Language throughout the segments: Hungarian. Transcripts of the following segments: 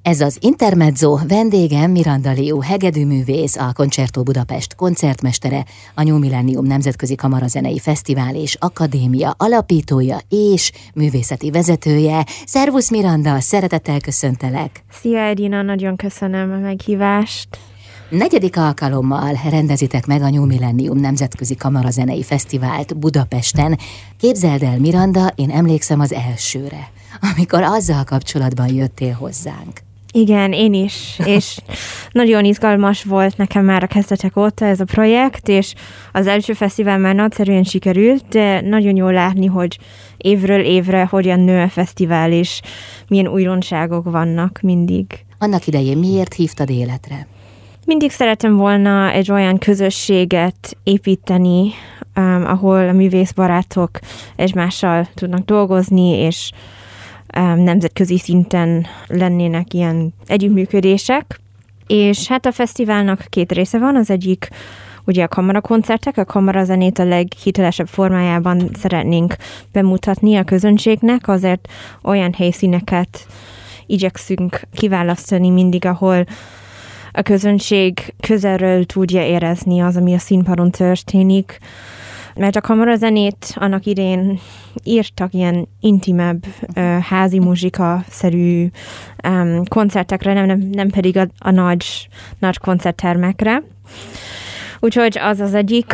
Ez az Intermezzo, vendégem Miranda Liu, hegedűművész, a Concerto Budapest koncertmestere, a New Millennium Nemzetközi Kamarazenei Fesztivál és Akadémia alapítója és művészeti vezetője. Szervusz Miranda, szeretettel köszöntelek! Szia Edina, nagyon köszönöm a meghívást! 4. alkalommal rendezitek meg a New Millennium Nemzetközi Kamarazenei Fesztivált Budapesten. Képzeld el, Miranda, én emlékszem az elsőre, amikor azzal kapcsolatban jöttél hozzánk. Igen, én is, és nagyon izgalmas volt nekem már a kezdetek óta ez a projekt, és az első fesztivál már nagyszerűen sikerült, de nagyon jól látni, hogy évről évre hogyan nő a fesztivál, és milyen újdonságok vannak mindig. Annak idején miért hívtad életre? Mindig szeretem volna egy olyan közösséget építeni, ahol a művészbarátok egymással tudnak dolgozni, és nemzetközi szinten lennének ilyen együttműködések. És hát a fesztiválnak 2 része van, az egyik ugye a kamarakoncertek, a kamarazenét a leghitelesebb formájában szeretnénk bemutatni a közönségnek, azért olyan helyszíneket igyekszünk kiválasztani mindig, ahol a közönség közelről tudja érezni az, ami a színpadon történik. Mert a kamarazenét annak idején írtak ilyen intimebb, házi muzsika-szerű koncertekre, nem pedig a nagy koncerttermekre. Úgyhogy az az egyik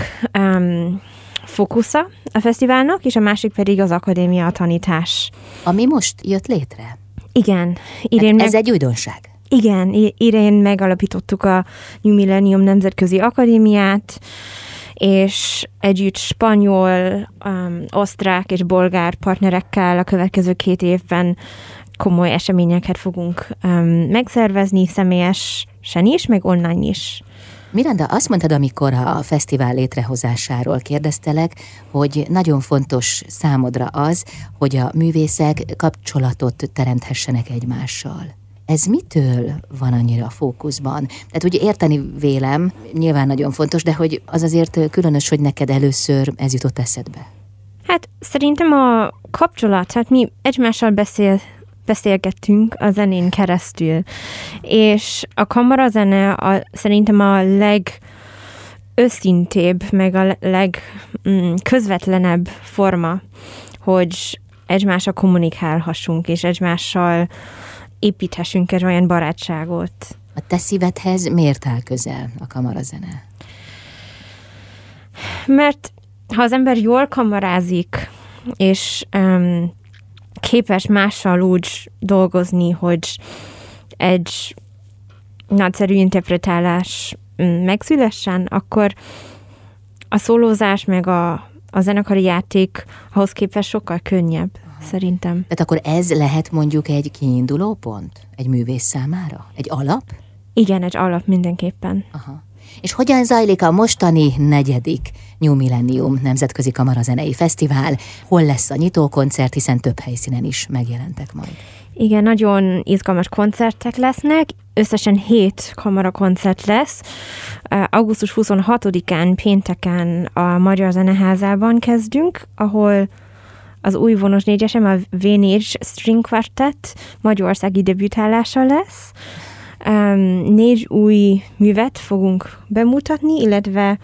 fókusza a fesztiválnak, és a másik pedig az akadémia, a tanítás. Ami most jött létre? Igen. Ez egy újdonság? Igen, idén megalapítottuk a New Millennium Nemzetközi Akadémiát, és együtt spanyol, osztrák és bolgár partnerekkel a következő 2 évben komoly eseményeket fogunk megszervezni, személyesen is, meg online is. Miranda, azt mondtad, amikor a fesztivál létrehozásáról kérdeztelek, hogy nagyon fontos számodra az, hogy a művészek kapcsolatot teremthessenek egymással. Ez mitől van annyira a fókuszban? Tehát úgy érteni vélem, nyilván nagyon fontos, de hogy az azért különös, hogy neked először ez jutott eszedbe. Hát szerintem a kapcsolat, hát mi egymással beszélgettünk a zenén keresztül, és a kamarazene szerintem a legőszintébb, meg a legközvetlenebb forma, hogy egymással kommunikálhassunk, és egymással építhessünk egy olyan barátságot. A te szívedhez miért áll közel a kamarazene? Mert ha az ember jól kamarázik, és képes mással úgy dolgozni, hogy egy nagyszerű interpretálás megszülessen, akkor a szólózás meg a zenekari játék ahhoz képest sokkal könnyebb. Szerintem. Tehát akkor ez lehet mondjuk egy kiinduló pont egy művész számára? Egy alap? Igen, egy alap mindenképpen. Aha. És hogyan zajlik a mostani 4. New Millennium Nemzetközi Kamarazenei Fesztivál? Hol lesz a nyitókoncert, hiszen több helyszínen is megjelentek majd? Igen, nagyon izgalmas koncertek lesznek. Összesen 7 kamarakoncert lesz. Augusztus 26-án, pénteken a Magyar Zeneházában kezdünk, ahol az új vonos négyesem, a V4 String Quartet magyarországi debütálása lesz. 4 új művet fogunk bemutatni, illetve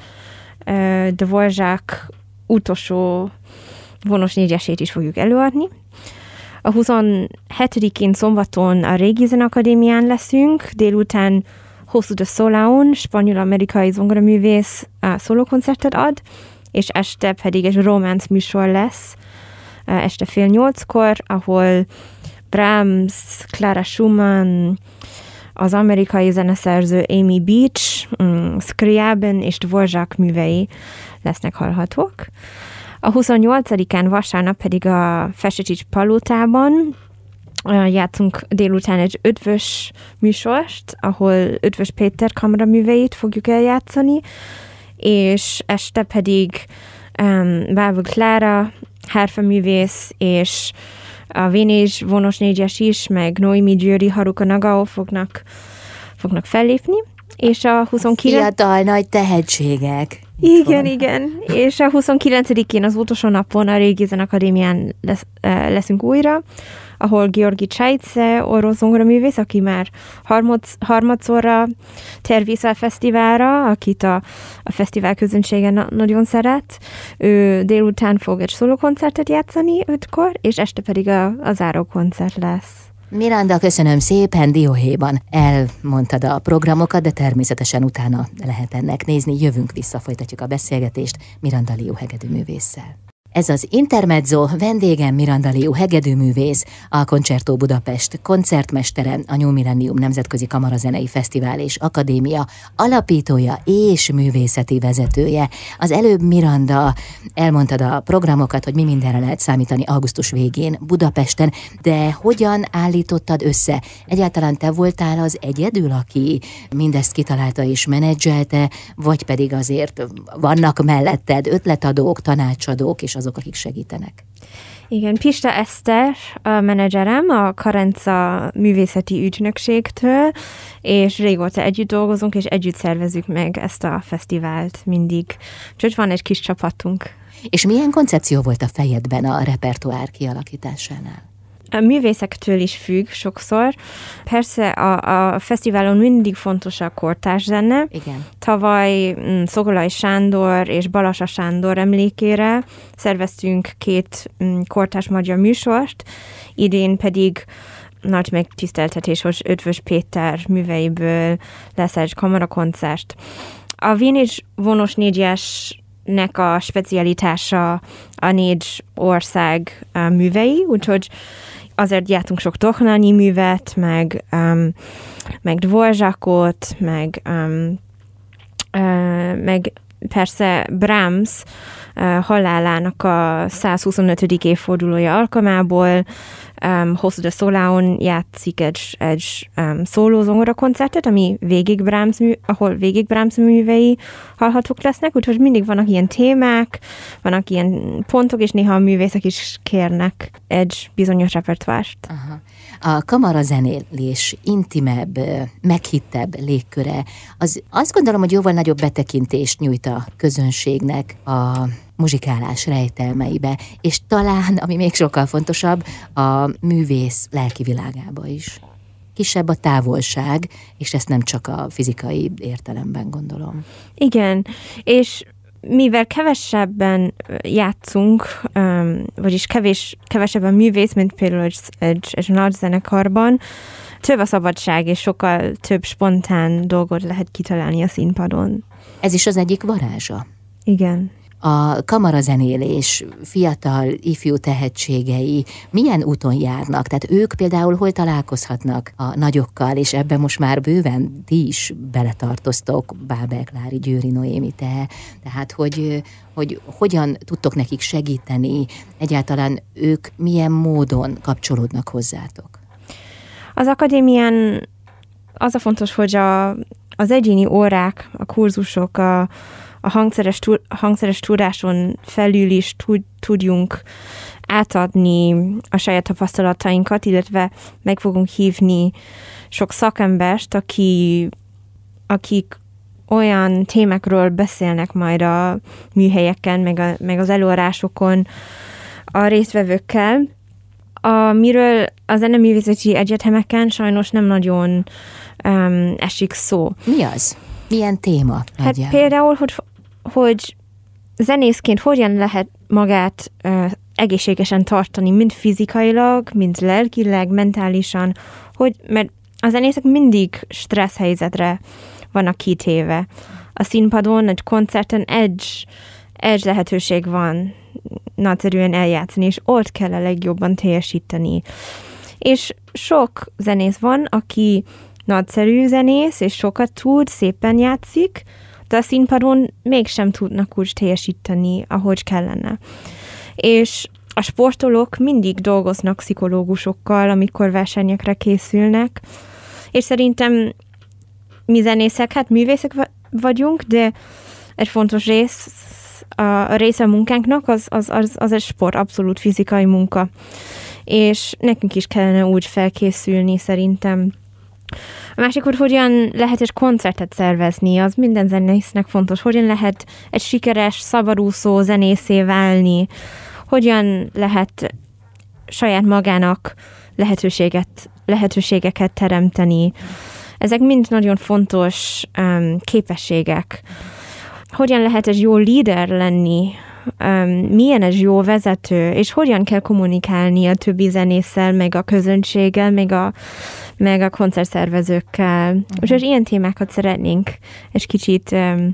Dvorak utolsó vonos négyesét is fogjuk előadni. A 27-én szombaton a Régi Zenakadémián leszünk, délután José de Solaun, spanyol-amerikai zongoraművész szólókoncertet ad, és este pedig egy románc műsor lesz, este 7:30, ahol Brahms, Clara Schumann, az amerikai zeneszerző Amy Beach, Scriabin és Dvorak művei lesznek hallhatók. A 28-án vasárnap pedig a Fesetics palotában játszunk délután egy ötvös műsort, ahol Ötvös Péter kamaraműveit fogjuk eljátszani, és este pedig Bábel Klára, hárfaművész, és a V4 vonos négyes is, meg Noémi Győri, Haruka Nagao fognak fellépni. És a 29... Fiatal, nagy tehetségek. Igen. És a 29-én az utolsó napon a Régi Zenakadémián leszünk újra, ahol Georgi Csajce, orosz zongoraművész, aki már harmadszorra tér vissza a fesztiválra, akit a fesztivál közönsége nagyon szeret. Ő délután fog egy szólókoncertet játszani 5-kor, és este pedig a zárókoncert lesz. Miranda, köszönöm szépen, dióhéjban elmondtad a programokat, de természetesen utána lehet ennek nézni. Jövünk vissza, folytatjuk a beszélgetést Miranda Liu hegedűművésszel. Ez az Intermezzo, vendégem Miranda Liu hegedűművész, a Concerto Budapest koncertmestere, a New Millennium Nemzetközi Kamarazenei Fesztivál és Akadémia alapítója és művészeti vezetője. Az előbb Miranda elmondtad a programokat, hogy mi mindenre lehet számítani augusztus végén Budapesten, de hogyan állítottad össze? Egyáltalán te voltál az egyedül, aki mindezt kitalálta és menedzselte, vagy pedig azért vannak melletted ötletadók, tanácsadók és azok, akik segítenek? Igen, Pista Eszter a menedzserem a Karenca művészeti ügynökségtől, és régóta együtt dolgozunk, és együtt szervezzük meg ezt a fesztivált mindig. Úgyhogy van egy kis csapatunk. És milyen koncepció volt a fejedben a repertoár kialakításánál? A művészektől is függ sokszor. Persze a fesztiválon mindig fontos a kortárs zene. Igen. Tavaly Szogolai Sándor és Balassa Sándor emlékére szerveztünk 2 kortárs magyar műsort, idén pedig nagy megtiszteltetés, hogy Ötvös Péter műveiből lesz egy kamarakoncert. A Vintage vonos négyesnek a specialitása a 4 ország művei, úgyhogy azért jártunk sok Dohnányi művet, meg Dvorakot, meg persze Brahms halálának a 125. évfordulója alkalmából Hosszú de Szóláon játszik egy szóló zongorakoncertet, ahol végig Brahms művei hallhatók lesznek, úgyhogy mindig vannak ilyen témák, vannak ilyen pontok, és néha a művészek is kérnek egy bizonyos repertoárt. Aha. A kamarazenélés intimebb, meghittebb légköre, azt gondolom, hogy jóval nagyobb betekintést nyújt a közönségnek a muzsikálás rejtelmeibe, és talán, ami még sokkal fontosabb, a művész lelki világába is. Kisebb a távolság, és ezt nem csak a fizikai értelemben gondolom. Igen, és mivel kevesebben játszunk, vagyis kevesebben művész, mint például egy nagy zenekarban, több a szabadság, és sokkal több spontán dolgot lehet kitalálni a színpadon. Ez is az egyik varázsa. Igen. A kamarazenélés fiatal, ifjú tehetségei milyen úton járnak? Tehát ők például hol találkozhatnak a nagyokkal, és ebben most már bőven ti is beletartoztok, Bábel Klári, Győri Noémi, te. Tehát, hogy hogyan tudtok nekik segíteni, egyáltalán ők milyen módon kapcsolódnak hozzátok? Az akadémián az a fontos, hogy az egyéni órák, a kurzusok, a hangszeres tudáson felül is tudjunk átadni a saját tapasztalatainkat, illetve meg fogunk hívni sok szakembert, akik olyan témákról beszélnek majd a műhelyeken, meg az előadásokon a résztvevőkkel, amiről a zeneművészeti egyetemeken sajnos nem nagyon esik szó. Mi az? Milyen téma? Hát például, hogy zenészként hogyan lehet magát egészségesen tartani, mind fizikailag, mind lelkileg, mentálisan, mert a zenészek mindig stressz helyzetre vannak kitéve. A színpadon, egy koncerten egy lehetőség van nagyszerűen eljátszani, és ott kell a legjobban teljesíteni. És sok zenész van, aki nagyszerű zenész, és sokat tud, szépen játszik, de a színpadon mégsem tudnak úgy teljesíteni, ahogy kellene. És a sportolók mindig dolgoznak pszichológusokkal, amikor versenyekre készülnek, és szerintem mi zenészek, hát művészek vagyunk, de egy fontos része a munkánknak az egy sport, abszolút fizikai munka. És nekünk is kellene úgy felkészülni szerintem. A másik, hogy hogyan lehet egy koncertet szervezni, az minden zenésznek fontos. Hogyan lehet egy sikeres, szabadúszó zenészé válni, hogyan lehet saját magának lehetőségeket teremteni. Ezek mind nagyon fontos képességek. Hogyan lehet ez jó líder lenni, milyen ez jó vezető, és hogyan kell kommunikálni a többi zenésszel, meg a közönséggel, meg a koncertszervezőkkel. Úgyhogy ilyen témákat szeretnénk egy kicsit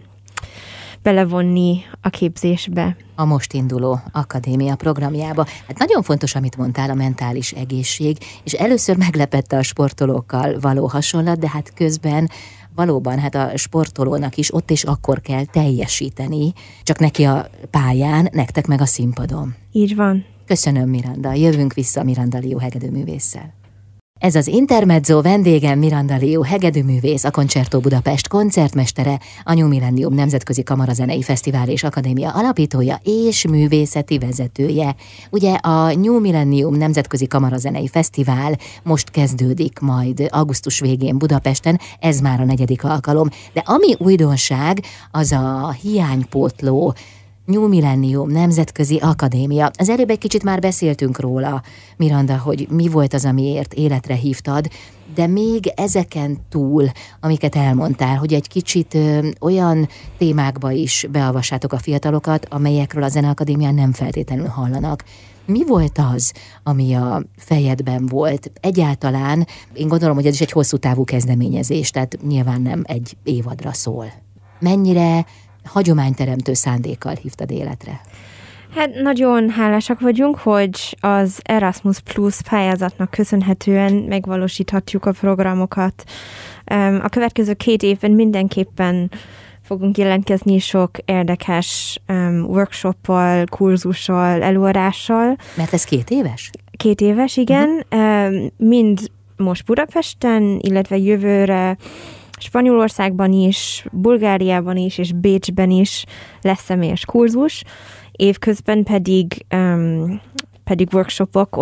belevonni a képzésbe. A most induló akadémia programjába. Hát nagyon fontos, amit mondtál, a mentális egészség, és először meglepette a sportolókkal való hasonlat, de hát közben valóban hát a sportolónak is ott és akkor kell teljesíteni, csak neki a pályán, nektek meg a színpadon. Így van. Köszönöm, Miranda. Jövünk vissza Miranda Liu hegedűművésszel. Ez az Intermezzo, vendégem Miranda Liu hegedűművész, a Concerto Budapest koncertmestere, a New Millennium Nemzetközi Kamarazenei Fesztivál és Akadémia alapítója és művészeti vezetője. Ugye a New Millennium Nemzetközi Kamarazenei Fesztivál most kezdődik majd augusztus végén Budapesten, ez már a 4. alkalom, de ami újdonság, az a hiánypótló New Millennium Nemzetközi Akadémia. Az előbb egy kicsit már beszéltünk róla, Miranda, hogy mi volt az, amiért életre hívtad, de még ezeken túl, amiket elmondtál, hogy egy kicsit olyan témákba is beavassátok a fiatalokat, amelyekről a Zeneakadémián nem feltétlenül hallanak. Mi volt az, ami a fejedben volt? Egyáltalán, én gondolom, hogy ez is egy hosszú távú kezdeményezés, tehát nyilván nem egy évadra szól. Mennyire hagyományteremtő szándékkal hívtad életre? Hát nagyon hálásak vagyunk, hogy az Erasmus Plus pályázatnak köszönhetően megvalósíthatjuk a programokat. A következő 2 évben mindenképpen fogunk jelentkezni sok érdekes workshoppal, kurzussal, előadással. Mert ez 2 éves? 2 éves, igen. Mind most Budapesten, illetve jövőre Spanyolországban is, Bulgáriában is, és Bécsben is lesz személyes kurzus, évközben pedig workshopok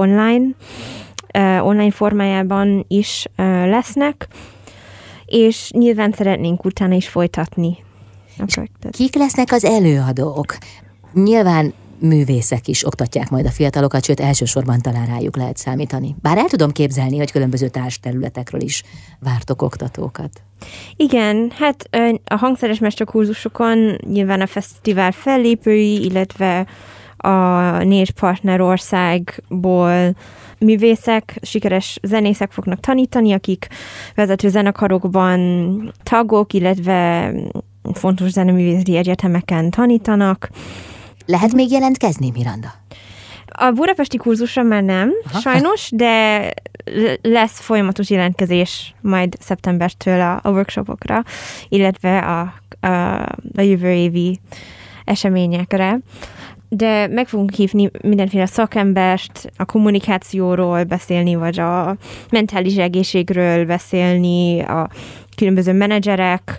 online formájában is lesznek, és nyilván szeretnénk utána is folytatni a projektet. Kik lesznek az előadók? Nyilván művészek is oktatják majd a fiatalokat, sőt elsősorban talán rájuk lehet számítani. Bár el tudom képzelni, hogy különböző társterületekről is vártok oktatókat. Igen, hát a hangszeres mesterkurzusokon nyilván a fesztivál fellépői, illetve a 4 partnerországból művészek, sikeres zenészek fognak tanítani, akik vezető zenekarokban tagok, illetve fontos zeneművészeti egyetemeken tanítanak. Lehet még jelentkezni, Miranda? A budapesti kurzusra már nem, sajnos, de lesz folyamatos jelentkezés majd szeptembertől a workshopokra, illetve a jövő évi eseményekre. De meg fogunk hívni mindenféle szakembert, a kommunikációról beszélni, vagy a mentális egészségről beszélni, a különböző menedzserek,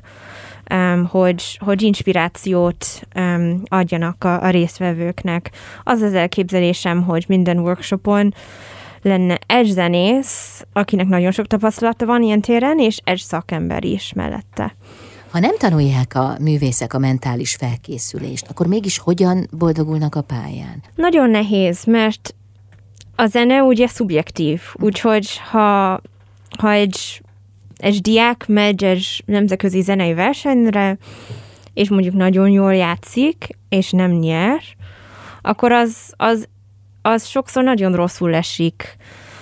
hogy inspirációt adjanak a résztvevőknek. Az az elképzelésem, hogy minden workshopon lenne egy zenész, akinek nagyon sok tapasztalata van ilyen téren, és egy szakember is mellette. Ha nem tanulják a művészek a mentális felkészülést, akkor mégis hogyan boldogulnak a pályán? Nagyon nehéz, mert a zene ugye szubjektív, úgyhogy ha egy diák megy egy nemzetközi zenei versenyre, és mondjuk nagyon jól játszik, és nem nyer, akkor az sokszor nagyon rosszul esik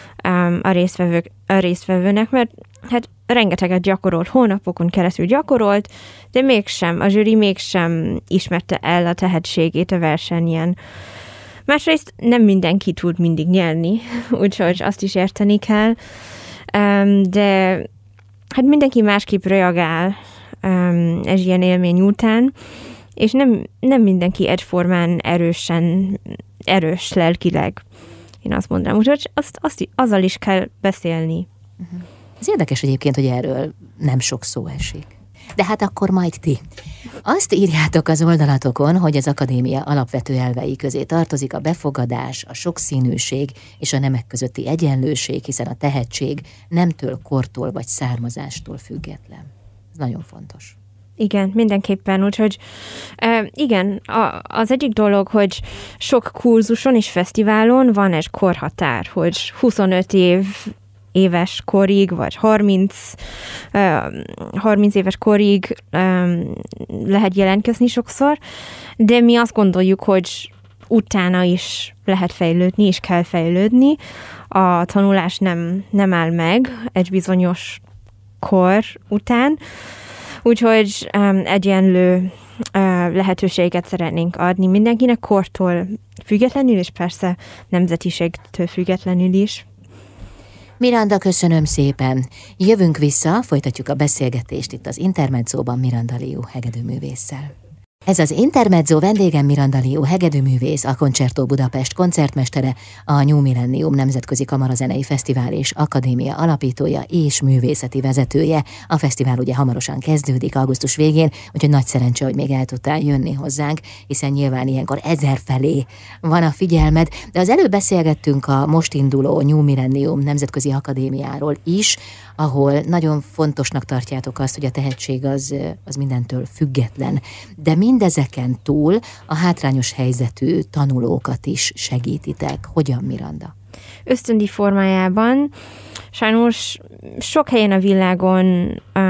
a résztvevőnek, mert hát rengeteget gyakorolt, hónapokon keresztül gyakorolt, de mégsem, a zsűri mégsem ismerte el a tehetségét a versenyen. Másrészt nem mindenki tud mindig nyerni, úgyhogy azt is érteni kell, de hát mindenki másképp reagál egy ilyen élmény után, és nem mindenki egyformán erős lelkileg, én azt mondanám. Úgyhogy azzal is kell beszélni. Ez érdekes egyébként, hogy erről nem sok szó esik. De hát akkor majd ti. Azt írjátok az oldalatokon, hogy az akadémia alapvető elvei közé tartozik a befogadás, a sokszínűség és a nemek közötti egyenlőség, hiszen a tehetség nemtől, kortól vagy származástól független. Ez nagyon fontos. Igen, mindenképpen. Úgyhogy igen, az egyik dolog, hogy sok kurzuson és fesztiválon van egy korhatár, hogy 25 éves korig, vagy 30 éves korig lehet jelentkezni sokszor, de mi azt gondoljuk, hogy utána is lehet fejlődni, és kell fejlődni. A tanulás nem áll meg egy bizonyos kor után, úgyhogy egyenlő lehetőséget szeretnénk adni mindenkinek kortól függetlenül, és persze nemzetiségtől függetlenül is. Miranda, köszönöm szépen. Jövünk vissza, folytatjuk a beszélgetést itt az Intermedzóban Miranda Liu hegedűművésszel. Ez az Intermezzo, vendégem Miranda Liu hegedűművész, a Concerto Budapest koncertmestere, a New Millennium Nemzetközi Kamarazenei Fesztivál és Akadémia alapítója és művészeti vezetője. A fesztivál ugye hamarosan kezdődik, augusztus végén, úgyhogy nagy szerencse, hogy még el tudtál jönni hozzánk, hiszen nyilván ilyenkor 1000 felé van a figyelmed, de az előbb beszélgettünk a most induló New Millennium Nemzetközi Akadémiáról is, ahol nagyon fontosnak tartjátok azt, hogy a tehetség az mindentől független. De mindezeken túl a hátrányos helyzetű tanulókat is segítitek. Hogyan, Miranda? Ösztöndíj formájában. Sajnos sok helyen a világon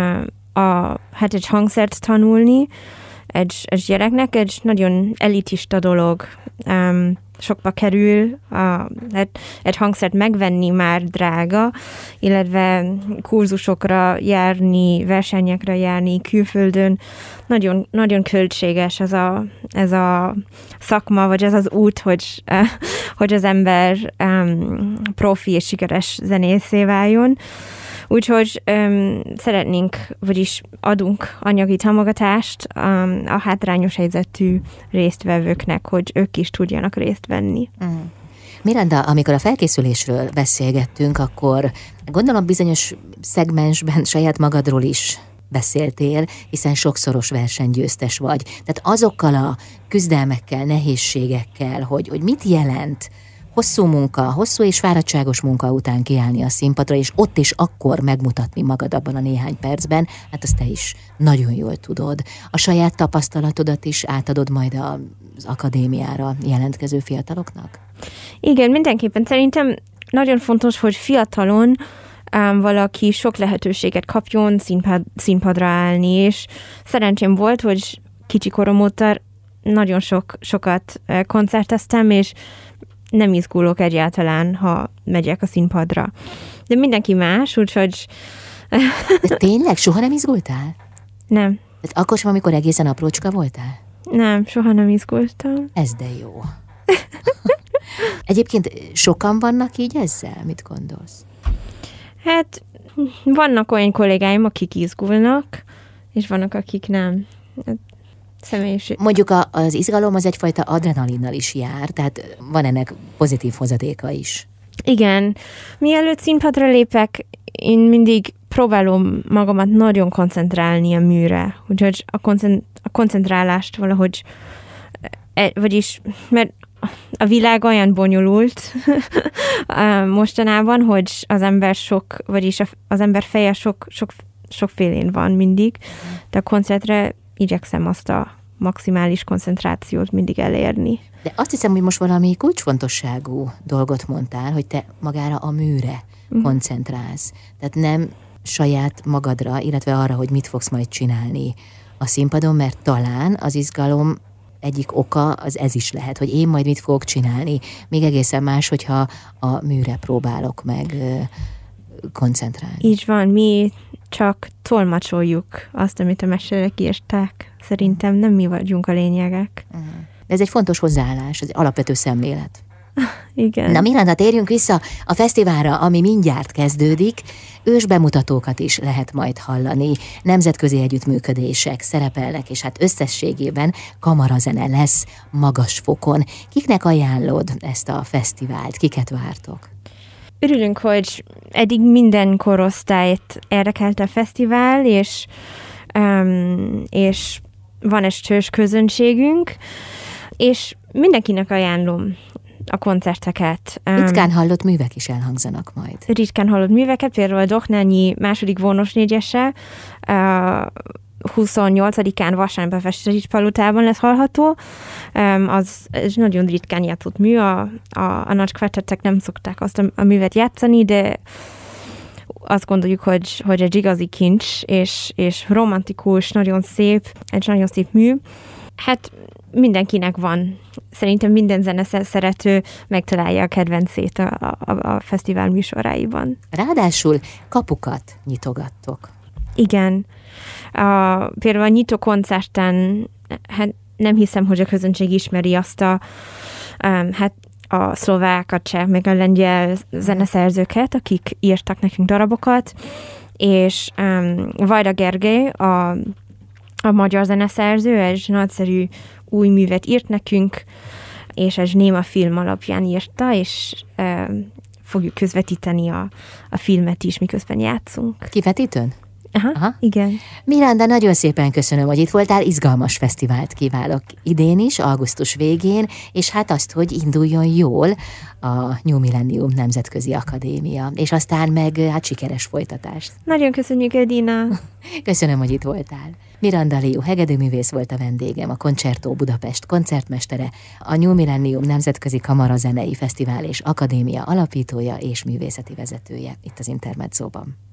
egy hangszert tanulni egy gyereknek egy nagyon elitista dolog. Sokba kerül, egy hangszert megvenni már drága, illetve kurzusokra járni, versenyekre járni külföldön. Nagyon, nagyon költséges ez a szakma, vagy ez az út, hogy az ember profi és sikeres zenészé váljon. Úgyhogy szeretnénk, vagyis adunk anyagi támogatást a hátrányos helyzetű résztvevőknek, hogy ők is tudjanak részt venni. Miranda, amikor a felkészülésről beszélgettünk, akkor gondolom bizonyos szegmensben saját magadról is beszéltél, hiszen sokszoros versenygyőztes vagy. Tehát azokkal a küzdelmekkel, nehézségekkel, hogy mit jelent hosszú munka, hosszú és fáradtságos munka után kiállni a színpadra, és ott és akkor megmutatni magad abban a néhány percben, hát azt te is nagyon jól tudod. A saját tapasztalatodat is átadod majd az akadémiára jelentkező fiataloknak? Igen, mindenképpen. Szerintem nagyon fontos, hogy fiatalon valaki sok lehetőséget kapjon színpadra állni, és szerencsém volt, hogy kicsi korom óta nagyon sokat koncerteztem, és nem izgulok egyáltalán, ha megyek a színpadra. De mindenki más, úgyhogy... De tényleg? Soha nem izgultál? Nem. Tehát akkor sem, amikor egészen aprócska voltál? Nem, soha nem izgultam. Ez de jó. Egyébként sokan vannak így ezzel? Mit gondolsz? Hát, vannak olyan kollégáim, akik izgulnak, és vannak, akik nem. Személyiség. Mondjuk az izgalom az egyfajta adrenalinnal is jár, tehát van ennek pozitív hozadéka is. Igen. Mielőtt színpadra lépek, én mindig próbálom magamat nagyon koncentrálni a műre. Úgyhogy a koncentrálást valahogy, vagyis, mert a világ olyan bonyolult mostanában, hogy az ember feje sokfélén van mindig, de a koncertre igyekszem azt a maximális koncentrációt mindig elérni. De azt hiszem, hogy most valami kulcsfontosságú dolgot mondtál, hogy te magára a műre koncentrálsz. Tehát nem saját magadra, illetve arra, hogy mit fogsz majd csinálni a színpadon, mert talán az izgalom egyik oka az ez is lehet, hogy én majd mit fogok csinálni. Még egészen más, hogyha a műre próbálok meg koncentrálni. Így van, mi csak tolmácsoljuk azt, amit a mesélek írták. Szerintem nem mi vagyunk a lényegek. De ez egy fontos hozzáállás, ez egy alapvető szemlélet. Igen. Na Miranda, térjünk vissza a fesztiválra, ami mindjárt kezdődik. Ős bemutatókat is lehet majd hallani. Nemzetközi együttműködések szerepelnek, és hát összességében kamarazene lesz magas fokon. Kiknek ajánlod ezt a fesztivált? Kiket vártok? Örülünk, hogy eddig minden korosztályt érdekelte a fesztivál, és van egy csős közönségünk, és mindenkinek ajánlom a koncerteket. Ritkán hallott művek is elhangzanak majd. Ritkán hallott műveket, például a Doknányi második vonos négyese, 28-án vasárnap a Festetispalotában lesz hallható. Az egy nagyon ritkán játszott mű, a nagy kvartettek nem szokták azt a művet játszani, de azt gondoljuk, hogy egy igazi kincs, és romantikus, nagyon szép, egy nagyon szép mű. Hát mindenkinek van. Szerintem minden zeneszerető megtalálja a kedvencét a fesztivál műsoráiban. Ráadásul kapukat nyitogattok. Igen. Például a nyitó koncerten, hát nem hiszem, hogy a közönség ismeri azt a szlovák, a cseh, meg a lengyel zeneszerzőket, akik írtak nekünk darabokat, és Vajda Gergely, a magyar zeneszerző, egy nagyszerű új művet írt nekünk, és egy néma film alapján írta, és fogjuk közvetíteni a filmet is, miközben játszunk. Kivetítőn? Aha, igen. Miranda, nagyon szépen köszönöm, hogy itt voltál, izgalmas fesztivált kívánok idén is, augusztus végén, és hát azt, hogy induljon jól a New Millennium Nemzetközi Akadémia, és aztán meg hát sikeres folytatást. Nagyon köszönjük, Edina. Köszönöm, hogy itt voltál. Miranda Liu hegedűművész volt a vendégem, a Concerto Budapest koncertmestere, a New Millennium Nemzetközi Kamarazenei Fesztivál és Akadémia alapítója és művészeti vezetője itt az Intermedzóban.